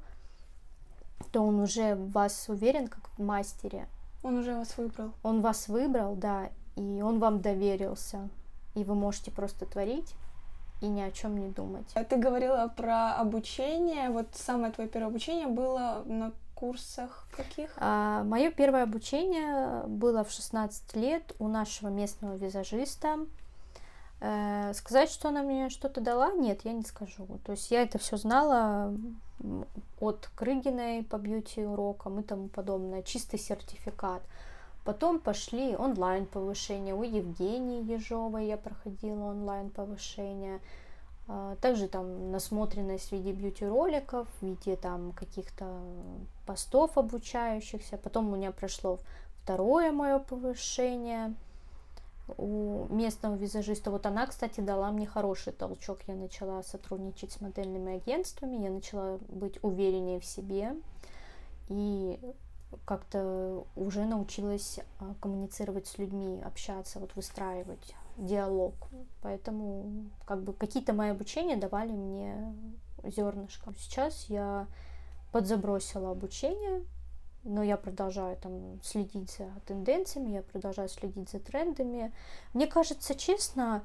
то он уже в вас уверен как в мастере. Он уже вас выбрал. Он вас выбрал, да, и он вам доверился, и вы можете просто творить и ни о чем не думать. Ты говорила про обучение, вот самое твое первое обучение было на курсах каких? Мое первое обучение было в 16 лет у нашего местного визажиста. Сказать, что она мне что-то дала, нет, я не скажу. То есть я это все знала от Крыгиной по бьюти-урокам и тому подобное, чистый сертификат. Потом пошли онлайн-повышения. У Евгении Ежовой я проходила онлайн-повышения. Также там насмотренность в виде бьюти-роликов, в виде там каких-то постов обучающихся. Потом у меня прошло второе мое повышение у местного визажиста. Вот она, кстати, дала мне хороший толчок. Я начала сотрудничать с модельными агентствами, я начала быть увереннее в себе и как-то уже научилась коммуницировать с людьми, общаться, вот выстраивать диалог. Поэтому как бы какие-то мои обучения давали мне зернышко. Сейчас я подзабросила обучение, но я продолжаю там следить за тенденциями, я продолжаю следить за трендами. Мне кажется, честно,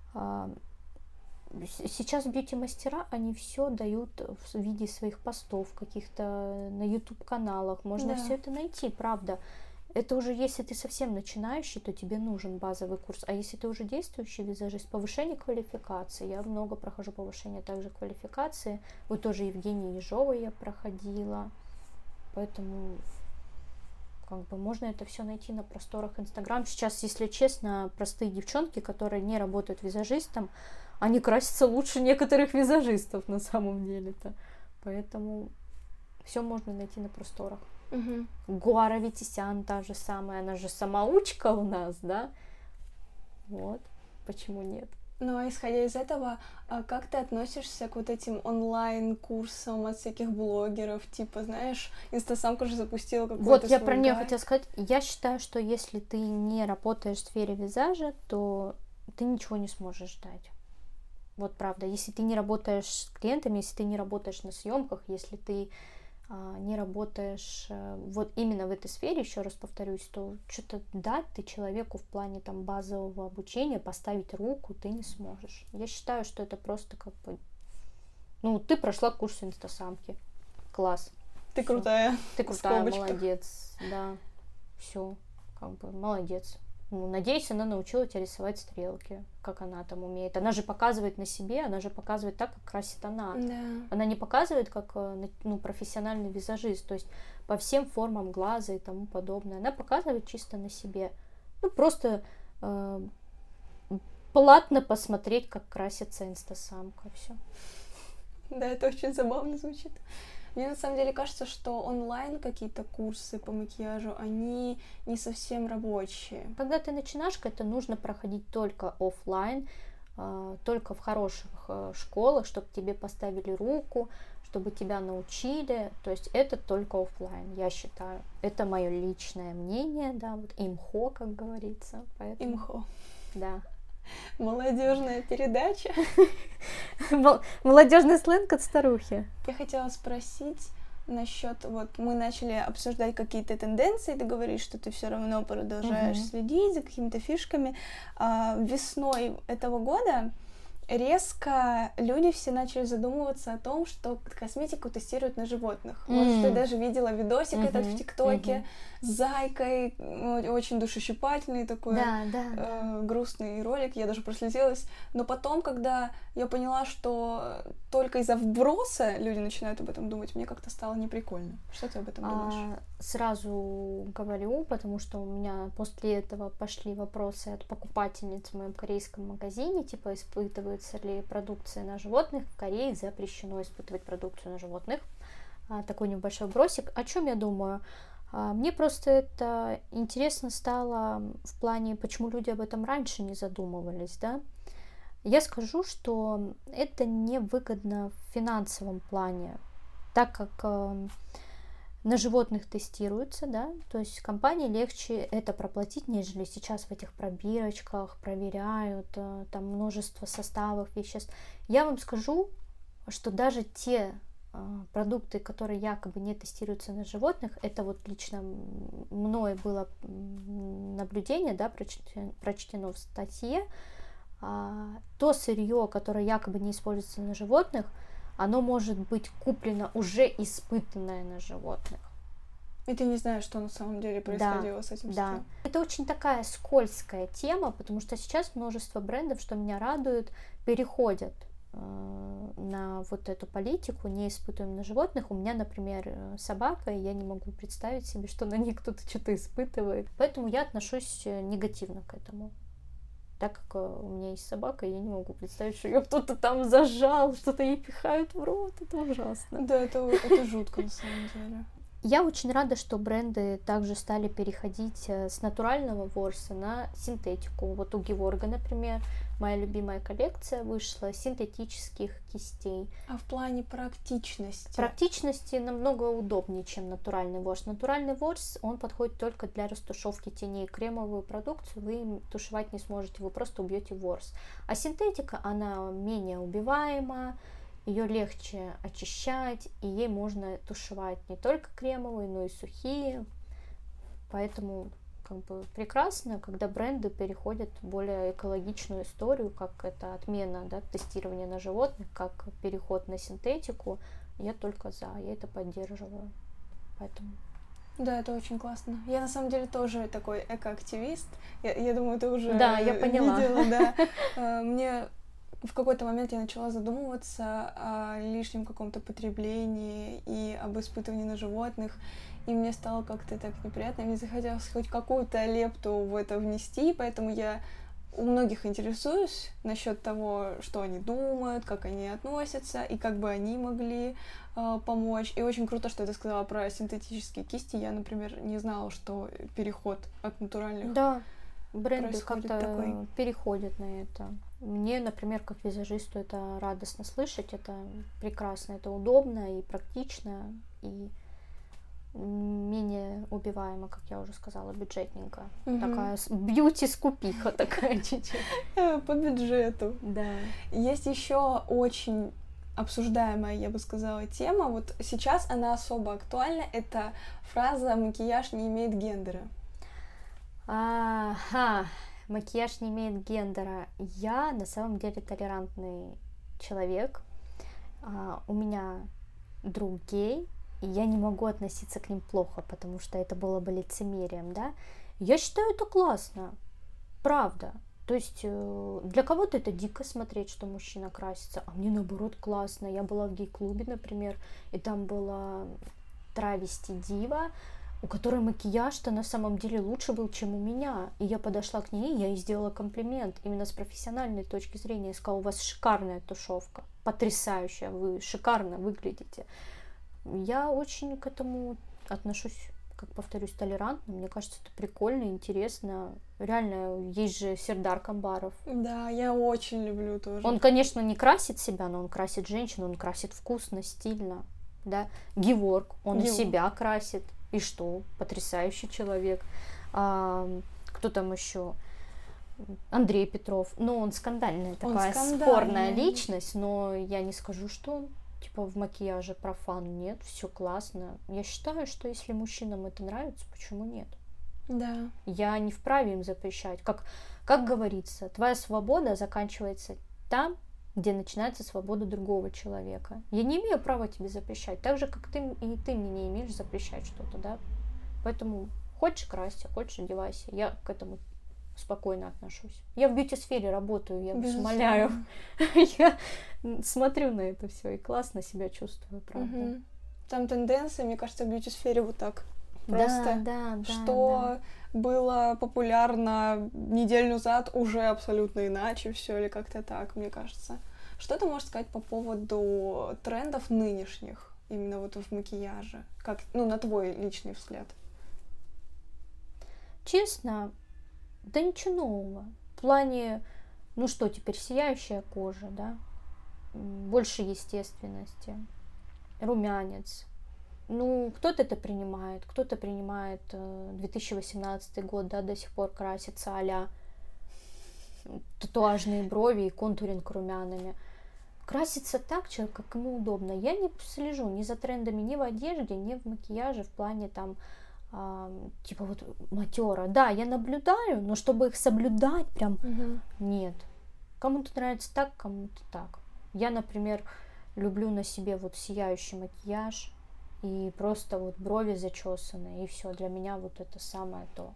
сейчас бьюти-мастера, они все дают в виде своих постов, каких-то на YouTube-каналах. Можно все это найти, правда. Это уже, если ты совсем начинающий, то тебе нужен базовый курс. А если ты уже действующий визажист, повышение квалификации. Я много прохожу повышение также квалификации. Вот тоже Евгении Ежовой я проходила. Поэтому как бы можно это все найти на просторах Инстаграм. Сейчас, если честно, простые девчонки, которые не работают визажистом, они красятся лучше некоторых визажистов на самом деле-то. Поэтому все можно найти на просторах. Гуара Витисян та же самая, она же самоучка у нас, да? Вот, почему нет? Ну, а исходя из этого, как ты относишься к вот этим онлайн-курсам от всяких блогеров? Типа, знаешь, Инстасамка же запустила какой-то Вот, я свой про нее гайд. хотела сказать. Я считаю, что если ты не работаешь в сфере визажа, то ты ничего не сможешь ждать. Вот правда. Если ты не работаешь с клиентами, если ты не работаешь на съемках, если ты не работаешь вот именно в этой сфере, еще раз повторюсь, то что-то дать ты человеку в плане там базового обучения, поставить руку ты не сможешь. Я считаю, что это просто как бы... Ну, ты прошла курс Инстасамки. Класс. Ты крутая. Ты крутая, молодец. Да. Все. Как бы молодец. Ну, надеюсь, она научила тебя рисовать стрелки, как она там умеет. Она же показывает на себе, она же показывает так, как красит она. Да. Она не показывает, как профессиональный визажист, то есть по всем формам глаза и тому подобное. Она показывает чисто на себе. Ну, просто платно посмотреть, как красится Инстасамка. Все. Да, это очень забавно звучит. Мне на самом деле кажется, что онлайн какие-то курсы по макияжу, они не совсем рабочие. Когда ты начинаешь, это нужно проходить только офлайн, только в хороших школах, чтобы тебе поставили руку, чтобы тебя научили. То есть это только офлайн, я считаю. Это мое личное мнение, да, вот имхо, как говорится. Поэтому... Имхо. Да. Молодежная передача. Молодежный сленг от старухи. Я хотела спросить насчет, вот мы начали обсуждать какие-то тенденции, ты говоришь, что ты все равно продолжаешь следить за какими-то фишками. Весной этого года резко люди все начали задумываться о том, что косметику тестируют на животных. Может, ты даже видела видосик этот в ТикТоке с зайкой, очень душещипательный такой, грустный ролик, я даже прослезилась. Но потом, когда я поняла, что только из-за вброса люди начинают об этом думать, мне как-то стало неприкольно. Что ты об этом думаешь? Сразу говорю, потому что у меня после этого пошли вопросы от покупательниц в моем корейском магазине, типа, испытывается ли продукция на животных. В Корее запрещено испытывать продукцию на животных. Такой небольшой вбросик. О чем я думаю? Мне просто это интересно стало в плане, почему люди об этом раньше не задумывались, да? Я скажу, что это невыгодно в финансовом плане, так как на животных тестируется, да, то есть компании легче это проплатить, нежели сейчас в этих пробирочках проверяют, там множество составов, веществ. Я вам скажу, что даже те продукты, которые якобы не тестируются на животных, это вот лично мной было наблюдение, да, прочтено в статье, то сырье, которое якобы не используется на животных, оно может быть куплено уже испытанное на животных. И ты не знаешь, что на самом деле происходило с этим Да, всем. это очень такая скользкая тема, потому что сейчас множество брендов, что меня радует, переходят на вот эту политику, не испытываем на животных. У меня, например, собака, и я не могу представить себе, что на ней кто-то что-то испытывает. Поэтому я отношусь негативно к этому. Так как у меня есть собака, я не могу представить, что ее кто-то там зажал, что-то ей пихают в рот. Это ужасно. Да, это жутко на самом деле. Я очень рада, что бренды также стали переходить с натурального ворса на синтетику. Вот у Геворга, например, моя любимая коллекция вышла синтетических кистей. А в плане практичности? Практичности намного удобнее, чем натуральный ворс. Натуральный ворс, он подходит только для растушевки теней. Кремовую продукцию вы им тушевать не сможете, вы просто убьете ворс. А синтетика, она менее убиваема, ее легче очищать, и ей можно тушевать не только кремовые, но и сухие. Поэтому как бы прекрасно, когда бренды переходят в более экологичную историю, как это отмена, да, тестирования на животных, как переход на синтетику. Я только за, я это поддерживаю. Поэтому... Да, это очень классно. Я на самом деле тоже такой экоактивист. Я думаю, ты уже я поняла. видела, да. Мне в какой-то момент я начала задумываться о лишнем каком-то потреблении и об испытывании на животных, и мне стало как-то так неприятно, мне захотелось хоть какую-то лепту в это внести, поэтому я у многих интересуюсь насчет того, что они думают, как они относятся, и как бы они могли помочь. И очень круто, что ты сказала про синтетические кисти. Я, например, не знала, что переход от натуральных... Да, бренды происходит как-то такой. переходят на это. Мне, например, как визажисту, это радостно слышать, это прекрасно, это удобно и практично, и менее убиваемо, как я уже сказала, бюджетненько. Такая бьюти-скупиха такая чуть-чуть. По бюджету. Да. Есть еще очень обсуждаемая, я бы сказала, тема. Вот сейчас она особо актуальна. Это фраза «макияж не имеет гендера». Ага, макияж не имеет гендера. Я на самом деле толерантный человек. У меня друг гей, и я не могу относиться к ним плохо, потому что это было бы лицемерием, да. Я считаю это классно, правда. То есть для кого-то это дико смотреть, что мужчина красится, а мне наоборот классно. Я была в гей-клубе, например, и там была травести-дива, у которой макияж-то на самом деле лучше был, чем у меня. И я подошла к ней, я ей сделала комплимент именно с профессиональной точки зрения. Я сказала: у вас шикарная тушевка, потрясающая, вы шикарно выглядите. Я очень к этому отношусь, как повторюсь, толерантно. Мне кажется, это прикольно, интересно. Реально, есть же Сердар Камбаров. Да, я очень люблю тоже. Он, конечно, не красит себя, но он красит женщину, он красит вкусно, стильно. Да? Геворг, он себя красит. И что? Потрясающий человек. Кто там еще? Андрей Петров. Ну, он скандальная такая, спорная личность, но я не скажу, что он типа в макияже профан. Нет, все классно. Я считаю, что если мужчинам это нравится, почему нет? Да. Я не вправе им запрещать. Как говорится, твоя свобода заканчивается там, где начинается свобода другого человека. Я не имею права тебе запрещать, так же, как ты мне не имеешь запрещать что-то, да? Поэтому хочешь красься, хочешь одевайся. Я к этому спокойно отношусь. Я в бьюти-сфере работаю, я вас умоляю. Я смотрю на это все и классно себя чувствую, правда. Там тенденции, мне кажется, в бьюти-сфере вот так. Просто да, что было популярно неделю назад, уже абсолютно иначе все, или как-то так, мне кажется. Что ты можешь сказать по поводу трендов нынешних, именно вот в макияже? Как, на твой личный взгляд? Честно, да ничего нового. В плане, что теперь, сияющая кожа, да? Больше естественности, румянец. Кто-то это принимает, кто-то принимает 2018 год, да, до сих пор красится а-ля татуажные брови и контуринг румянами. Красится так, как ему удобно. Я не слежу ни за трендами ни в одежде, ни в макияже, в плане там типа вот матера. Да, я наблюдаю, но чтобы их соблюдать прям нет. Кому-то нравится так, кому-то так. Я, например, люблю на себе вот сияющий макияж. и просто вот брови зачесаны, и все. Для меня вот это самое то.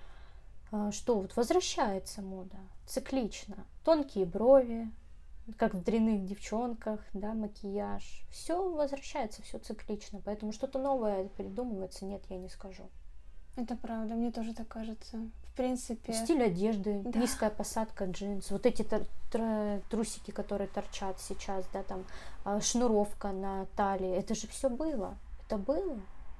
Что вот возвращается мода циклично. Тонкие брови, как в дрянных девчонках, да, макияж. Все возвращается, все циклично. Поэтому что-то новое придумывается, нет, я не скажу. Это правда, мне тоже так кажется. В принципе... Стиль одежды, да. низкая посадка джинс, вот эти трусики, которые торчат сейчас, да, там шнуровка на талии, это же все было. Это было.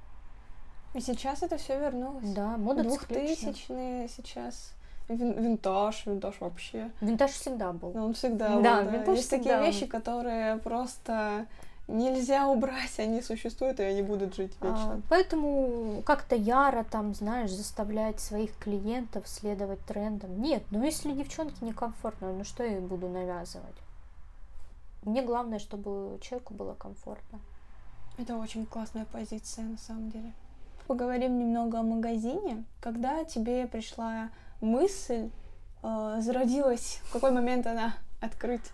И сейчас это все вернулось. Да, мода циклична. 2000-е сейчас. Винтаж вообще. Винтаж всегда был. Но он всегда да, был, да. Винтаж Есть всегда такие вещи, которые просто нельзя убрать, они существуют, и они будут жить вечно. Поэтому как-то яро там, знаешь, заставлять своих клиентов следовать трендам. Нет, ну если девчонке некомфортно, ну что я ей буду навязывать? Мне главное, чтобы человеку было комфортно. Это очень классная позиция, на самом деле. Поговорим немного о магазине. Когда тебе пришла мысль, зародилась, в какой момент она открыть?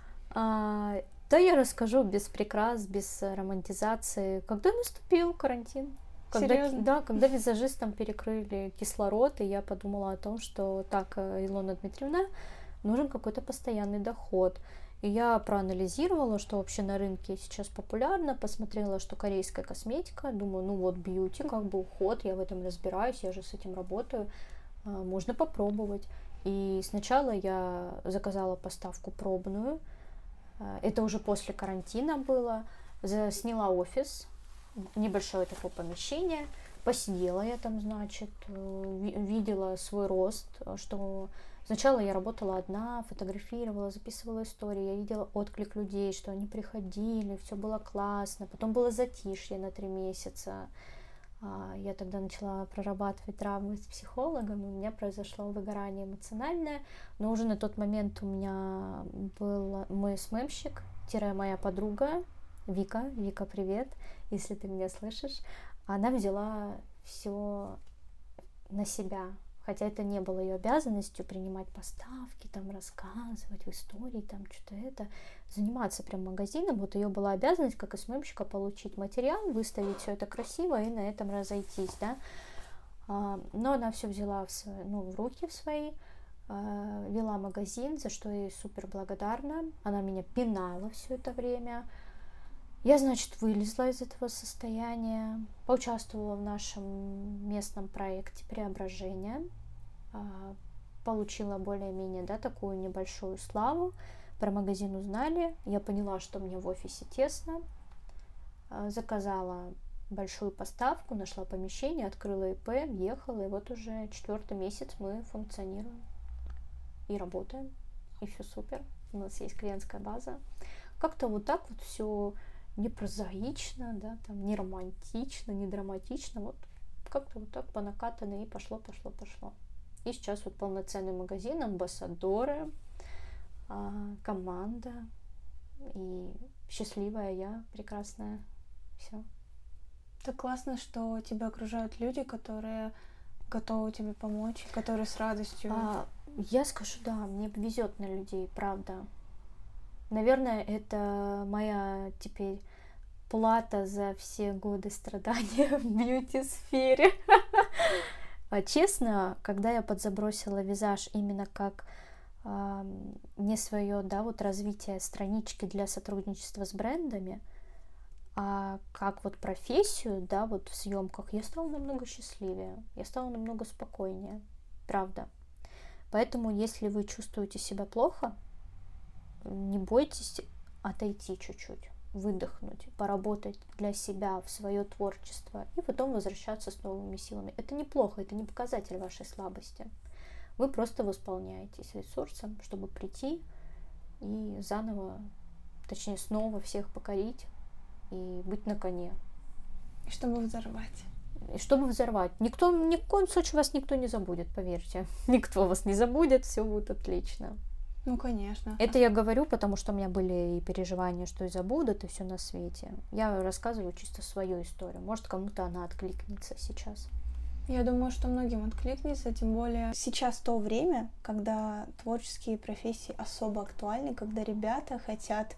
Да, я расскажу без прикрас, без романтизации. Когда наступил карантин. Серьезно? Да, когда визажистам перекрыли кислород, и я подумала о том, что так, Илона Дмитриевна, нужен какой-то постоянный доход. И я проанализировала, что вообще на рынке сейчас популярно, посмотрела, что корейская косметика, думаю, ну вот бьюти, как бы уход, я в этом разбираюсь, я же с этим работаю, можно попробовать. И сначала я заказала поставку пробную, это уже после карантина было, сняла офис, небольшое такое помещение, посидела я там, значит, видела свой рост, что сначала я работала одна, фотографировала, записывала истории, я видела отклик людей, что они приходили, все было классно, потом было затишье на 3 месяца, я тогда начала прорабатывать травмы с психологом, и у меня произошло выгорание эмоциональное, но уже на тот момент у меня был мой СММщик, моя подруга Вика, привет, если ты меня слышишь, она взяла все на себя, хотя это не было ее обязанностью принимать поставки, там рассказывать в истории, там что-то это, заниматься прям магазином. Вот ее была обязанность как СММщика получить материал, выставить все это красиво и на этом разойтись, да. Но она все взяла в руки в свои, вела магазин, за что я ей супер благодарна. Она меня пинала все это время. Я, значит, вылезла из этого состояния, поучаствовала в нашем местном проекте «Преображение», получила более-менее, да, такую небольшую славу, про магазин узнали, я поняла, что мне в офисе тесно, заказала большую поставку, нашла помещение, открыла ИП, ехала, и вот уже 4-й месяц мы функционируем и работаем, и все супер, у нас есть клиентская база. Как-то вот так вот все не прозаично, да, там, не романтично, не драматично, вот как-то вот так по накатанной и пошло. И сейчас вот полноценный магазин, амбассадоры, команда и счастливая я, прекрасная, все. Так классно, что тебя окружают люди, которые готовы тебе помочь, которые с радостью. Я скажу, да, мне везет на людей, правда. Наверное, это моя теперь плата за все годы страдания в бьюти-сфере. Честно, когда я подзабросила визаж именно как не свое, да, вот развитие странички для сотрудничества с брендами, а как вот профессию, да, вот в съемках, я стала намного счастливее, я стала намного спокойнее, правда. Поэтому, если вы чувствуете себя плохо, не бойтесь отойти чуть-чуть, выдохнуть, поработать для себя в свое творчество и потом возвращаться с новыми силами. Это неплохо, это не показатель вашей слабости. Вы просто восполняетесь ресурсом, чтобы прийти и заново, точнее снова всех покорить и быть на коне. И чтобы взорвать. Ни в коем случае вас никто не забудет, поверьте. Никто вас не забудет, все будет отлично. Ну, конечно. Это я говорю, потому что у меня были и переживания, что и забудут, и все на свете. Я рассказываю чисто свою историю. Может, кому-то она откликнется сейчас. Я думаю, что многим откликнется, тем более сейчас то время, когда творческие профессии особо актуальны, когда ребята хотят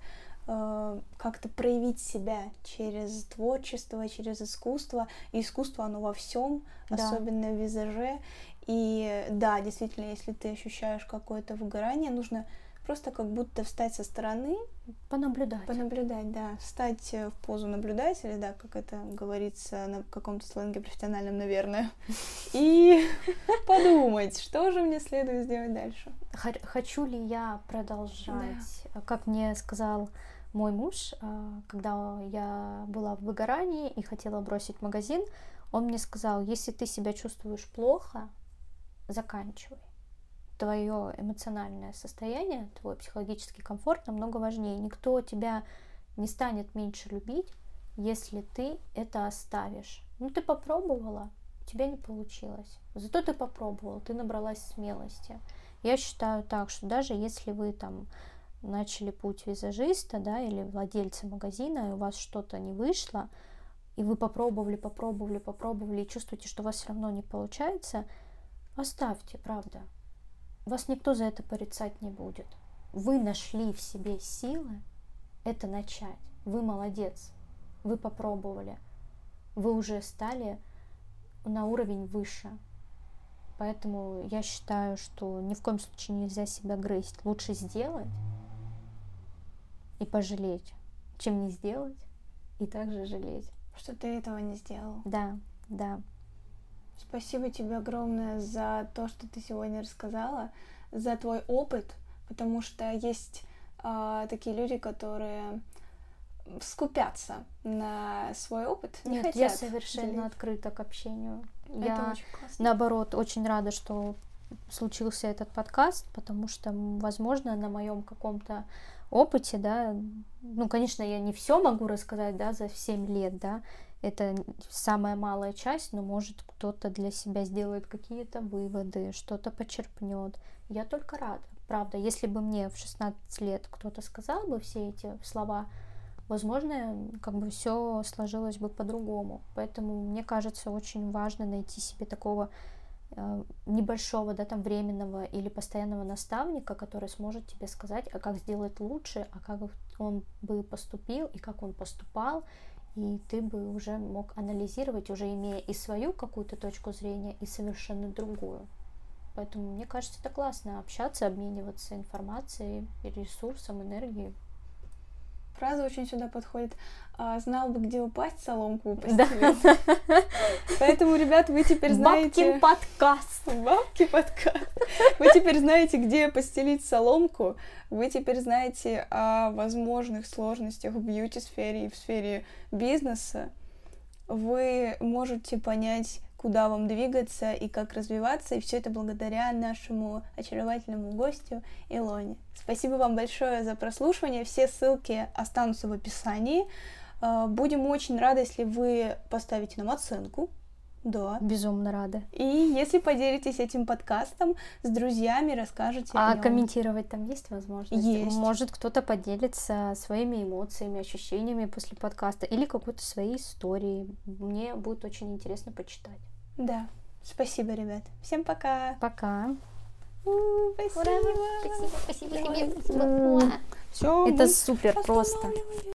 как-то проявить себя через творчество, через искусство. И искусство, оно во всем, Да. особенно в визаже. И да, действительно, если ты ощущаешь какое-то выгорание, нужно просто как будто встать со стороны, Понаблюдать, да, встать в позу наблюдателя, да, как это говорится на каком-то сленге профессиональном, наверное, и подумать, что же мне следует сделать дальше. Хочу ли я продолжать? Как мне сказал мой муж, когда я была в выгорании и хотела бросить магазин, он мне сказал: если ты себя чувствуешь плохо, заканчивай. Твое эмоциональное состояние, твой психологический комфорт намного важнее. Никто тебя не станет меньше любить, если ты это оставишь. Ты попробовала, у тебя не получилось. Зато ты попробовала, ты набралась смелости. Я считаю так, что даже если вы там начали путь визажиста, да, или владельца магазина, и у вас что-то не вышло, и вы попробовали, и чувствуете, что у вас все равно не получается, оставьте, правда. Вас никто за это порицать не будет. Вы нашли в себе силы это начать. Вы молодец. Вы попробовали. Вы уже стали на уровень выше. Поэтому я считаю, что ни в коем случае нельзя себя грызть. Лучше сделать и пожалеть, чем не сделать и также жалеть. Что ты этого не сделал. Да, да. Спасибо тебе огромное за то, что ты сегодня рассказала, за твой опыт, потому что есть такие люди, которые скупятся на свой опот. Нет, я совершенно открыта к общению. Это очень классно. Наоборот, очень рада, что случился этот подкаст, потому что, возможно, на моем каком-то опыте, да, конечно, я не все могу рассказать, да, за 7 лет, да, это самая малая часть, но может кто-то для себя сделает какие-то выводы, что-то почерпнет. Я только рада, правда. Если бы мне в 16 лет кто-то сказал бы все эти слова, возможно, все сложилось бы по-другому. Поэтому мне кажется, очень важно найти себе такого небольшого, да, там временного или постоянного наставника, который сможет тебе сказать, а как сделать лучше, а как он бы поступил и как он поступал. И ты бы уже мог анализировать, уже имея и свою какую-то точку зрения, и совершенно другую. Поэтому мне кажется, это классно общаться, обмениваться информацией, ресурсом, энергией. Фраза очень сюда подходит. Знал бы, где упасть, соломку бы постелил. Поэтому, ребят, вы теперь знаете... Бабкин подкаст. Вы теперь знаете, где постелить соломку. Вы теперь знаете о возможных сложностях в бьюти-сфере и в сфере бизнеса. Вы можете понять, куда вам двигаться и как развиваться, и все это благодаря нашему очаровательному гостю Илоне. Спасибо вам большое за прослушивание, все ссылки останутся в описании. Будем очень рады, если вы поставите нам оценку. Да. Безумно рада. И если поделитесь этим подкастом с друзьями, расскажете о нем. А комментировать там есть возможность? Есть. Может, кто-то поделится своими эмоциями, ощущениями после подкаста или какой-то своей историей. Мне будет очень интересно почитать. Да. Спасибо, ребят. Всем пока. Пока. Спасибо. Спасибо, ребят. Спасибо. Все. Это супер просто.